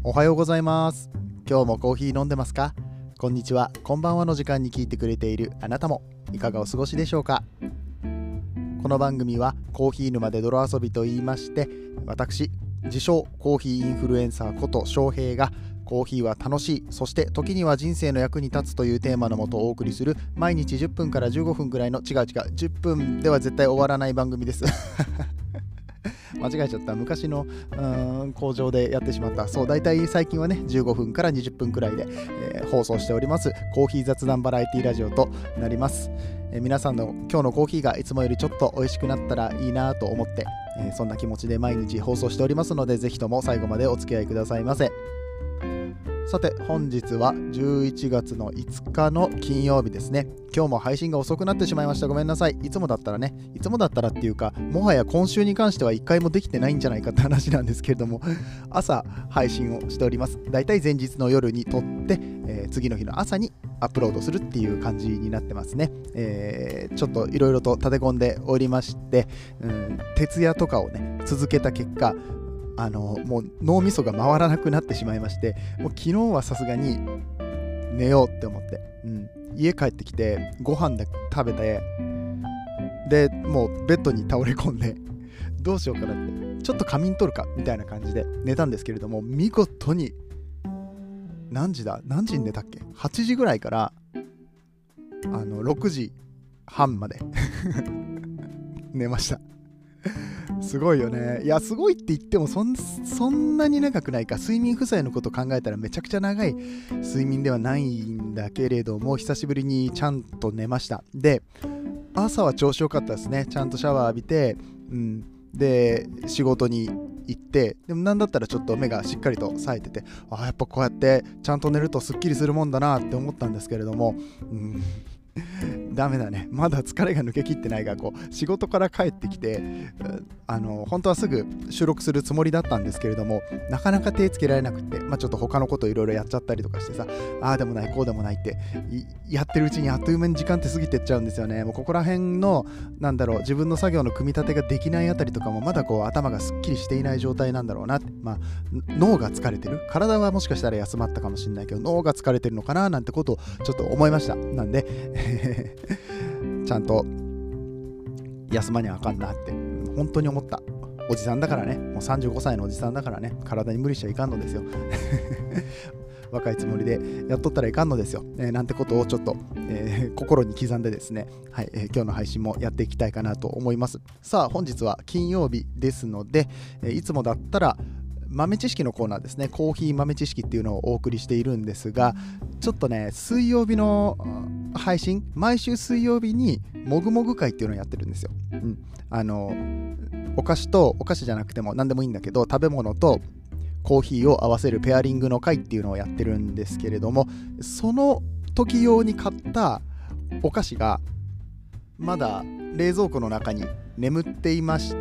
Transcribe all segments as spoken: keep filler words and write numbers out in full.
おはようございます。今日もコーヒー飲んでますか？こんにちは、こんばんはの時間に聞いてくれているあなたもいかがお過ごしでしょうか？この番組はコーヒー沼で泥遊びと言いまして、私自称コーヒーインフルエンサーこと翔平がコーヒーは楽しい、そして時には人生の役に立つというテーマのもとお送りする毎日じゅっぷんからじゅうごふんくらいの違う違うじゅっぷんでは絶対終わらない番組です間違えちゃった。昔のうーん工場でやってしまった。そう、だいたい最近はねじゅうごふんからにじゅっぷんくらいで、えー、放送しておりますコーヒー雑談バラエティラジオとなります。えー、皆さんの今日のコーヒーがいつもよりちょっと美味しくなったらいいなと思って、えー、そんな気持ちで毎日放送しておりますので、ぜひとも最後までお付き合いくださいませ。さて本日はじゅういちがつのいつかの金曜日ですね。今日も配信が遅くなってしまいました。ごめんなさい。いつもだったらねいつもだったらっていうか、もはや今週に関してはいっかいもできてないんじゃないかって話なんですけれども朝配信をしております。だいたい前日の夜に撮って、えー、次の日の朝にアップロードするっていう感じになってますね。えー、ちょっといろいろと立て込んでおりまして、うん、徹夜とかをね続けた結果、あのもう脳みそが回らなくなってしまいまして、もう昨日はさすがに寝ようって思って、うん、家帰ってきてご飯で食べて、でもうベッドに倒れ込んでどうしようかなってちょっと仮眠取るかみたいな感じで寝たんですけれども、見事に何時だ何時に寝たっけはちじぐらいからあのろくじはんまで寝ました。すごいよね。いやすごいって言ってもそん、そんなに長くないか。睡眠負債のこと考えたらめちゃくちゃ長い睡眠ではないんだけれども、久しぶりにちゃんと寝ました。で朝は調子良かったですね。ちゃんとシャワー浴びて、うん、で仕事に行って、でもなんだったらちょっと目がしっかりと冴えてて、あやっぱこうやってちゃんと寝るとすっきりするもんだなって思ったんですけれども、うんダメだね。まだ疲れが抜けきってないが、こう仕事から帰ってきて、あの本当はすぐ収録するつもりだったんですけれども、なかなか手つけられなくて、まあ、ちょっと他のこといろいろやっちゃったりとかしてさ、ああでもないこうでもないってやってるうちにあっという間に時間って過ぎてっちゃうんですよね。もうここら辺のなんだろう、自分の作業の組み立てができないあたりとかもまだこう頭がすっきりしていない状態なんだろうなって、まあ脳が疲れてる、体はもしかしたら休まったかもしれないけど脳が疲れてるのかななんてことをちょっと思いました。なんでちゃんと休まにゃあかんなって本当に思った。おじさんだからね、もうさんじゅうごさいのおじさんだからね、体に無理しちゃいかんのですよ若いつもりでやっとったらいかんのですよ、えー、なんてことをちょっと、えー、心に刻んでですね、はいえー、今日の配信もやっていきたいかなと思います。さあ本日は金曜日ですので、えー、いつもだったら豆知識のコーナーですね。コーヒー豆知識っていうのをお送りしているんですが、ちょっとね水曜日の配信、毎週水曜日にもぐもぐ会っていうのをやってるんですよ、うん、あのお菓子とお菓子じゃなくても何でもいいんだけど、食べ物とコーヒーを合わせるペアリングの会っていうのをやってるんですけれども、その時用に買ったお菓子がまだ冷蔵庫の中に眠っていまして、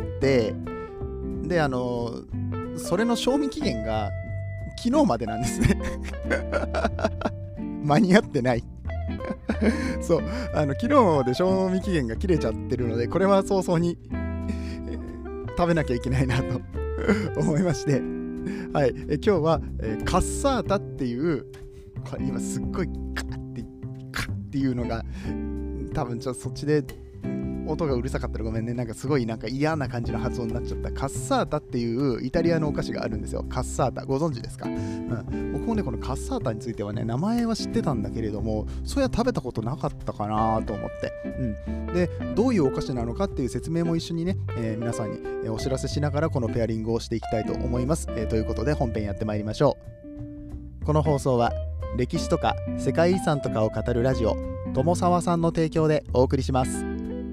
であのそれの賞味期限が昨日までなんですね間に合ってないそうあの昨日で賞味期限が切れちゃってるので、これは早々に食べなきゃいけないなと思いまして、はい、え今日は、えー、カッサータっていう、これ今すっごいカッってカッっていうのが多分ちょっとそっちで音がうるさかったらごめんね。なんかすごいなんか嫌な感じの発音になっちゃった。カッサータっていうイタリアのお菓子があるんですよ。カッサータご存知ですか？うん、僕もねこのカッサータについてはね名前は知ってたんだけれども、そういや食べたことなかったかなと思って、うん、でどういうお菓子なのかっていう説明も一緒にね、えー、皆さんにお知らせしながらこのペアリングをしていきたいと思います。えー、ということで本編やってまいりましょう。この放送は歴史とか世界遺産とかを語るラジオ友沢さんの提供でお送りします。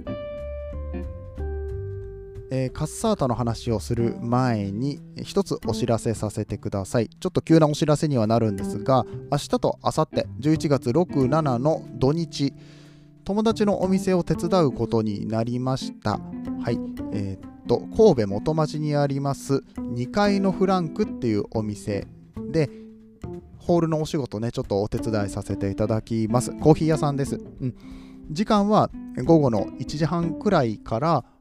えー、カッサータの話をする前に一つお知らせさせてください。ちょっと急なお知らせにはなるんですが、明日と明後日じゅういちがつろく、しちの土日、友達のお店を手伝うことになりました。はい、えー、っと神戸元町にありますにかいのフランクっていうお店でホールのお仕事ねちょっとお手伝いさせていただきます。コーヒー屋さんです。うん、時間は午後のいちじはんくらいから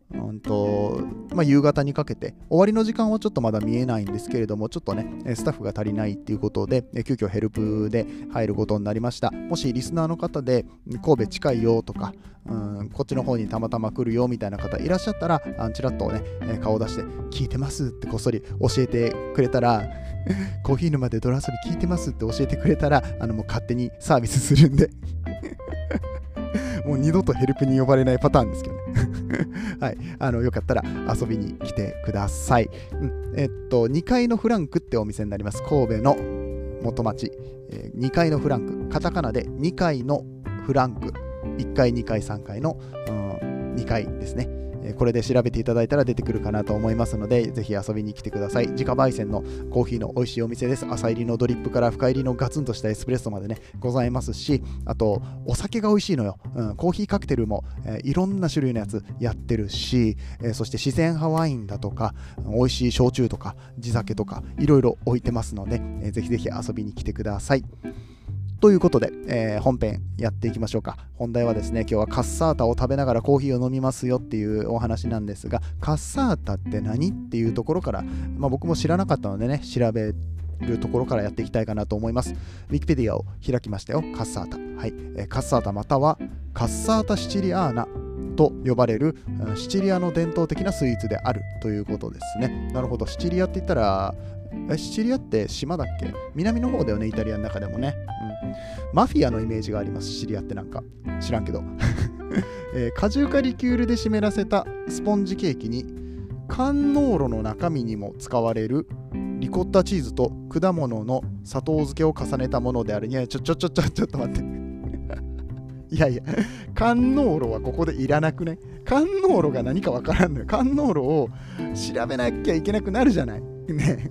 うんとまあ、夕方にかけて、終わりの時間はちょっとまだ見えないんですけれども、ちょっとねスタッフが足りないっていうことで急遽ヘルプで入ることになりました。もしリスナーの方で神戸近いよとか、うん、こっちの方にたまたま来るよみたいな方いらっしゃったら、あちらっとね顔を出して聞いてますってこっそり教えてくれたらコーヒー沼で泥遊び聞いてますって教えてくれたら、あのもう勝手にサービスするんでもう二度とヘルプに呼ばれないパターンですけどねはい、あのよかったら遊びに来てください。うん、えっとにかいのフランクってお店になります。神戸の元町、えー、にかいのフランク、カタカナでにかいのフランク、いっかいにかいさんかいの、うん、にかいですね。これで調べていただいたら出てくるかなと思いますので、ぜひ遊びに来てください。自家焙煎のコーヒーの美味しいお店です。朝入りのドリップから深入りのガツンとしたエスプレッソまでねございますし、あとお酒が美味しいのよ、うん、コーヒーカクテルも、えー、いろんな種類のやつやってるし、えー、そして自然派ワインだとか美味しい焼酎とか地酒とかいろいろ置いてますので、えー、ぜひぜひ遊びに来てください。ということで、えー、本編やっていきましょうか。本題はですね、今日はカッサータを食べながらコーヒーを飲みますよっていうお話なんですが、カッサータって何っていうところから、まあ、僕も知らなかったのでね、調べるところからやっていきたいかなと思います。ウィキペディアを開きましたよ。カッサータ、はい、えー、カッサータまたはカッサータシチリアーナと呼ばれるシチリアの伝統的なスイーツであるということですね。なるほど、シチリアって言ったらえシチリアって島だっけ？南の方だよね、イタリアの中でもね、うん、マフィアのイメージがあります。シチリアってなんか知らんけど、えー、果汁かリキュールで湿らせたスポンジケーキに甘濃炉の中身にも使われるリコッタチーズと果物の砂糖漬けを重ねたものである。いやちょちょちょちょちょっと待っていやいや、甘濃炉はここでいらなくね？甘濃炉が何かわからんのよ。甘濃炉を調べなきゃいけなくなるじゃないね。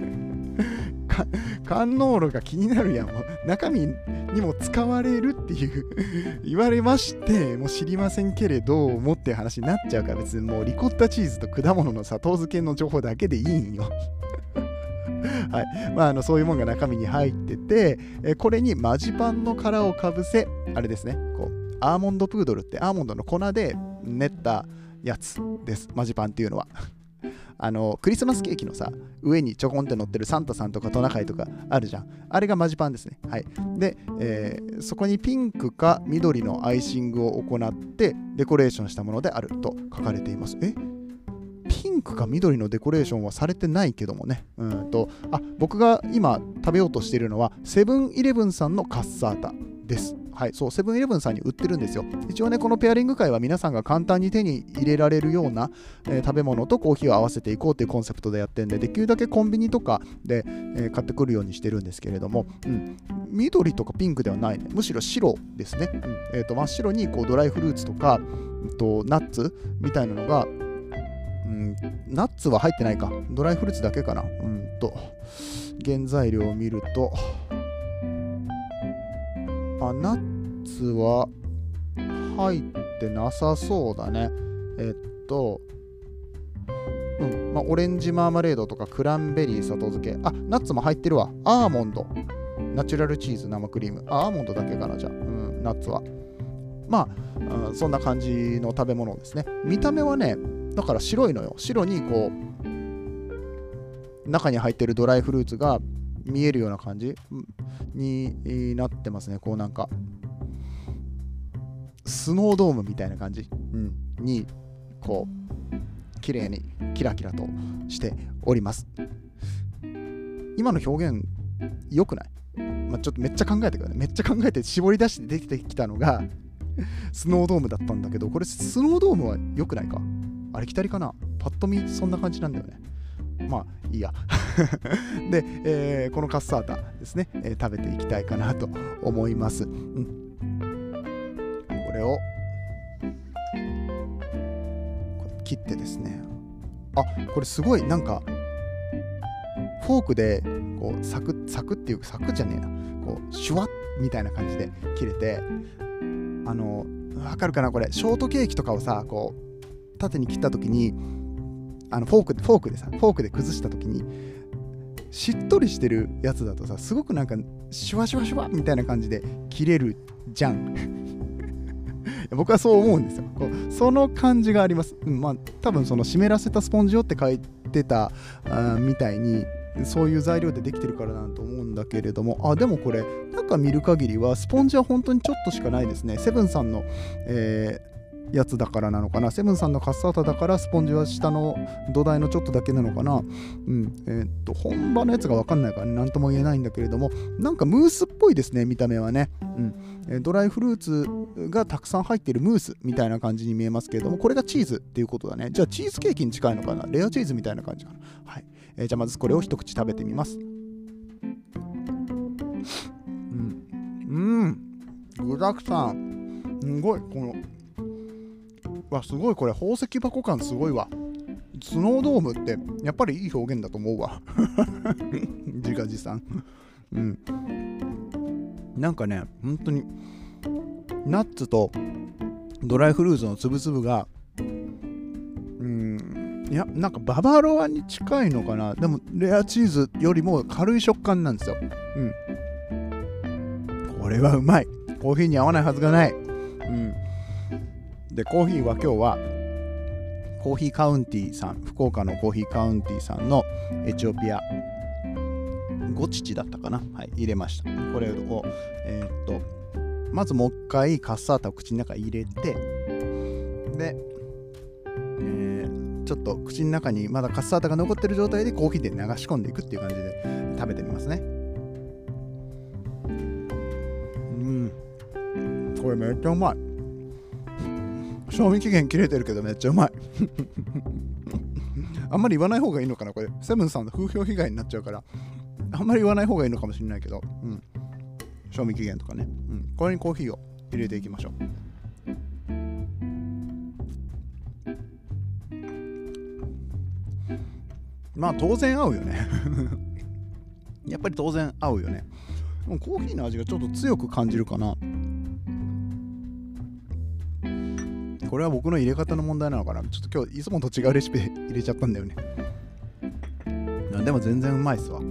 甘濃炉が気になるやん。もう中身にも使われるっていう言われまして、もう知りませんけれどもっていう話になっちゃうから、別にもうリコッタチーズと果物の砂糖漬けの情報だけでいいんよ。はい、まあ、あのそういうものが中身に入ってて、えこれにマジパンの殻をかぶせ、あれですね、こうアーモンドプードルってアーモンドの粉で練ったやつです。マジパンっていうのはあのクリスマスケーキのさ、上にちょこんって乗ってるサンタさんとかトナカイとかあるじゃん。あれがマジパンですね。はい。で、えー、そこにピンクか緑のアイシングを行ってデコレーションしたものであると書かれています。えピンクか緑のデコレーションはされてないけどもね。うんとあ僕が今食べようとしているのはセブンイレブンさんのカッサータです。はい、そう、セブンイレブンさんに売ってるんですよ。一応ね、このペアリング会は皆さんが簡単に手に入れられるような、えー、食べ物とコーヒーを合わせていこうというコンセプトでやってるんで、できるだけコンビニとかで、えー、買ってくるようにしてるんですけれども、うん、緑とかピンクではないね。むしろ白ですね。うんえー、と真っ白にこうドライフルーツとか、うん、とナッツみたいなのが、うん、ナッツは入ってないか。ドライフルーツだけかな。うんと原材料を見ると、あ、ナッツは入ってなさそうだね。えっと、うん、まあ、オレンジマーマレードとかクランベリー砂糖漬け。あ、ナッツも入ってるわ。アーモンド、ナチュラルチーズ、生クリーム。あ、アーモンドだけかな、じゃあ。うん、ナッツは。まあ、うん、そんな感じの食べ物ですね。見た目はね、だから白いのよ。白にこう、中に入ってるドライフルーツが見えるような感じになってますね。こうなんかスノードームみたいな感じ、うん、にこう綺麗にキラキラとしております。今の表現良くない？まあ、ちょっとめっちゃ考えてください。めっちゃ考えて絞り出して出てきたのがスノードームだったんだけど、これスノードームは良くないか？ありきたりかな？パッと見そんな感じなんだよね。まあいいやで、えー、このカッサータですね、えー、食べていきたいかなと思います、うん、これを切ってですね、あ、これすごいなんかフォークでこうサクサクっていうか、サクじゃねえな、こうシュワッみたいな感じで切れて、あのわかるかな、これショートケーキとかをさ、こう縦に切った時にあのフォークフォークでさフォークで崩した時にしっとりしてるやつだとさ、すごくなんかシュワシュワシュワみたいな感じで切れるじゃん僕はそう思うんですよ。こうその感じがあります。うん、まあ多分その湿らせたスポンジをって書いてたあみたいに、そういう材料でできてるからなんと思うんだけれども、あでもこれ中見る限りはスポンジは本当にちょっとしかないですね。セブンさんの、えーやつだからなのかな。セブンさんのカッサータだからスポンジは下の土台のちょっとだけなのかな。うん。えー、っと、本場のやつがわかんないから何とも言えないんだけれども、なんかムースっぽいですね、見た目はね。うん。えー、ドライフルーツがたくさん入っているムースみたいな感じに見えますけれども、これがチーズっていうことだね。じゃあチーズケーキに近いのかな。レアチーズみたいな感じかな。はい。えー、じゃあまずこれを一口食べてみます。うん。うん。具だくさん。すごい。このわすごい、これ宝石箱感すごいわ。スノードームってやっぱりいい表現だと思うわ。自画自賛。うん。なんかね、本当にナッツとドライフルーツのつぶつぶが、うん、いやなんかババロアに近いのかな。でもレアチーズよりも軽い食感なんですよ。うん。これはうまい。コーヒーに合わないはずがない。うん。でコーヒーは今日はコーヒーカウンティーさん、福岡のコーヒーカウンティーさんのエチオピアゴチチだったかな、はい、入れました。これをえー、っとまずもう一回カッサータを口の中に入れて、で、えー、ちょっと口の中にまだカッサータが残ってる状態でコーヒーで流し込んでいくっていう感じで食べてみますね。うん、これめっちゃうまい。賞味期限切れてるけどめっちゃうまい。あんまり言わない方がいいのかなこれ。セブンさんの風評被害になっちゃうからあんまり言わない方がいいのかもしれないけど、うん、賞味期限とかね、うん、これにコーヒーを入れていきましょう。まあ当然合うよね。やっぱり当然合うよね。でもコーヒーの味がちょっと強く感じるかな。これは僕の入れ方の問題なのかな。ちょっと今日いつもと違うレシピで入れちゃったんだよね。でも全然うまいっすわ。うん、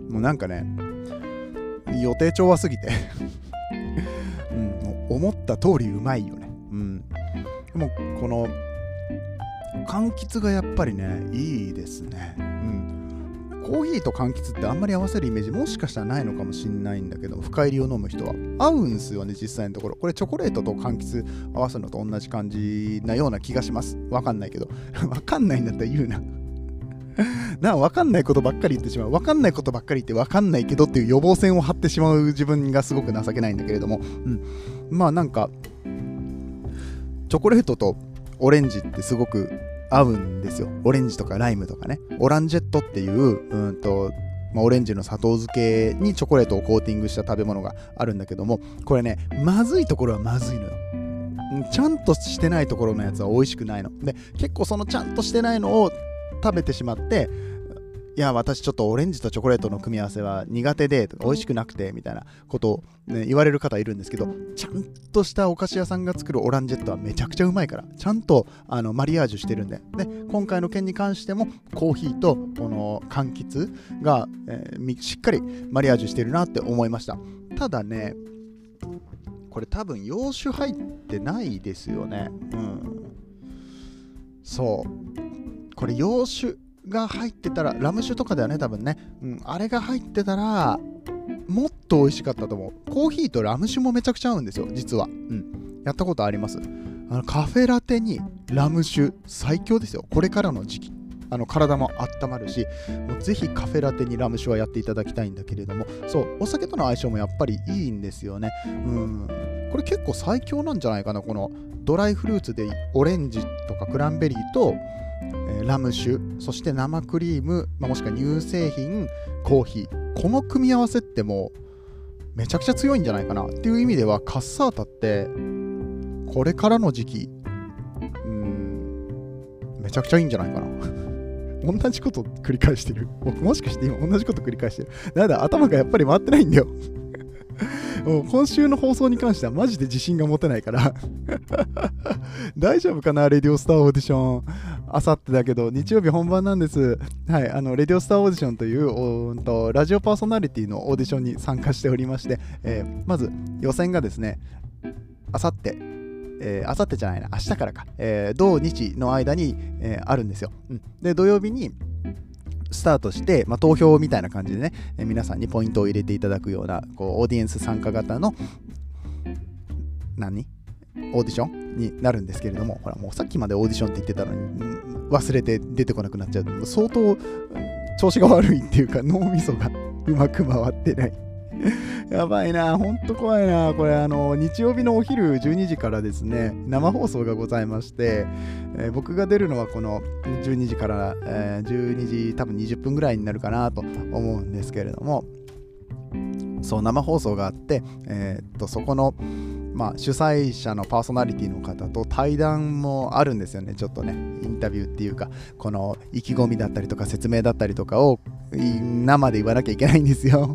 もうなんかね、予定調和すぎて、うん、もう思った通りうまいよね。うん。でもこの柑橘がやっぱりねいいですね。うん。コーヒーと柑橘ってあんまり合わせるイメージもしかしたらないのかもしれないんだけど、深入りを飲む人は合うんすよね実際のところ。これチョコレートと柑橘合わせるのと同じ感じなような気がします。わかんないけどわかんないんだったら言うななわかんないことばっかり言ってしまう。わかんないことばっかり言ってわかんないけどっていう予防線を張ってしまう自分がすごく情けないんだけれども、うん、まあなんかチョコレートとオレンジってすごく合うんですよ。オレンジとかライムとかね。オランジェットっていう、うんとまあ、オレンジの砂糖漬けにチョコレートをコーティングした食べ物があるんだけども、これねまずいところはまずいのよ。ちゃんとしてないところのやつは美味しくないので、結構そのちゃんとしてないのを食べてしまって、いや私ちょっとオレンジとチョコレートの組み合わせは苦手でとか美味しくなくてみたいなことを、ね、言われる方いるんですけど、ちゃんとしたお菓子屋さんが作るオランジェットはめちゃくちゃうまいから、ちゃんとあのマリアージュしてるんで、で今回の件に関してもコーヒーとこの柑橘が、えー、しっかりマリアージュしてるなって思いました。ただねこれ多分洋酒入ってないですよね。うん、そうこれ洋酒が入ってたら、ラム酒とかだよね多分ね、うん、あれが入ってたらもっと美味しかったと思う。コーヒーとラム酒もめちゃくちゃ合うんですよ実は。うん、やったことあります。あのカフェラテにラム酒最強ですよ。これからの時期あの体も温まるし、もうぜひカフェラテにラム酒はやっていただきたいんだけれども、そうお酒との相性もやっぱりいいんですよね。うん、これ結構最強なんじゃないかな。このドライフルーツでオレンジとかクランベリーとラム酒、そして生クリーム、まあ、もしくは乳製品、コーヒー、この組み合わせってもうめちゃくちゃ強いんじゃないかなっていう意味では、カッサータってこれからの時期うーんめちゃくちゃいいんじゃないかな。同じこと繰り返してる。僕もしかして今同じこと繰り返してる。なんだ頭がやっぱり回ってないんだよ。もう今週の放送に関してはマジで自信が持てないから大丈夫かな。レディオスターオーディションあさってだけど日曜日本番なんです。はい、あのレディオスターオーディションというおーとラジオパーソナリティのオーディションに参加しておりまして、えー、まず予選がですねあさってえー、あさってじゃないな、明日からか、えー、土日の間に、えー、あるんですよ。うん、で、土曜日にスタートして、まあ、投票みたいな感じでね、えー、皆さんにポイントを入れていただくようなこうオーディエンス参加型の何オーディションになるんですけれども、ほらもうさっきまでオーディションって言ってたのに忘れて出てこなくなっちゃう。相当調子が悪いっていうか脳みそがうまく回ってないやばいな、ほんと怖いな。これあの日曜日のお昼じゅうにじからですね、生放送がございまして、えー、僕が出るのはこのじゅうにじから、えー、じゅうにじ多分にじゅっぷんぐらいになるかなと思うんですけれども、そう生放送があって、えー、っとそこのまあ、主催者のパーソナリティの方と対談もあるんですよね。ちょっとねインタビューっていうか、この意気込みだったりとか説明だったりとかを生で言わなきゃいけないんですよ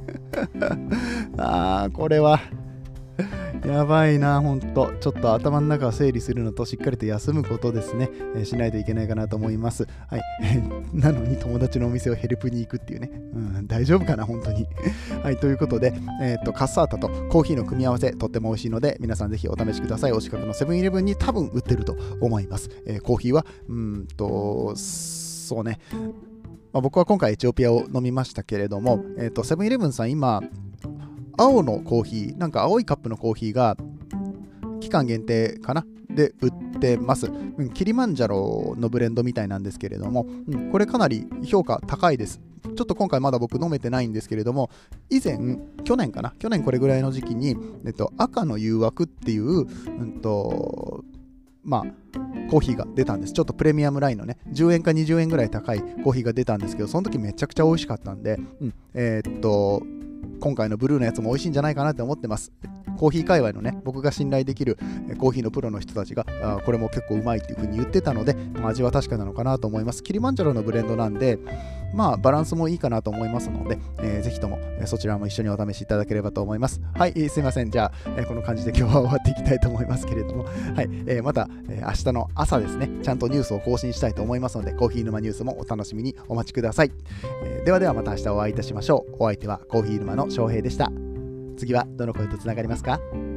あーこれはやばいな、ほんとちょっと頭の中を整理するのとしっかりと休むことですね、えー、しないといけないかなと思います。はいなのに友達のお店をヘルプに行くっていうね、うん、大丈夫かな本当にはいということで、えー、とカッサータとコーヒーの組み合わせとっても美味しいので、皆さんぜひお試しください。お近くのセブンイレブンに多分売ってると思います。えー、コーヒーはうーんとそうね、まあ、僕は今回エチオピアを飲みましたけれども、えー、とセブンイレブンさん今青のコーヒー、なんか青いカップのコーヒーが期間限定かなで売ってます。うん、キリマンジャロのブレンドみたいなんですけれども、うん、これかなり評価高いです。ちょっと今回まだ僕飲めてないんですけれども、以前、去年かな去年これぐらいの時期に、えっと、赤の誘惑っていう、うんと、まあ、コーヒーが出たんです。ちょっとプレミアムラインのね、じゅうえんかにじゅうえんぐらい高いコーヒーが出たんですけど、その時めちゃくちゃ美味しかったんで、うん、えー、っと、今回のブルーのやつも美味しいんじゃないかなって思ってます。コーヒー界隈のね、僕が信頼できるコーヒーのプロの人たちがあこれも結構うまいっていう風に言ってたので、味は確かなのかなと思います。キリマンジャロのブレンドなんで、まあバランスもいいかなと思いますので、えー、ぜひともそちらも一緒にお試しいただければと思います。はい、えー、すいません。じゃあ、えー、この感じで今日は終わっていきたいと思いますけれども、はい、えー、また、えー、明日の朝ですね、ちゃんとニュースを更新したいと思いますので、コーヒー沼ニュースもお楽しみにお待ちください。えー、ではではまた明日お会いいたしましょう。お相手はコーヒー沼の翔平でした。次はどの声とつながりますか？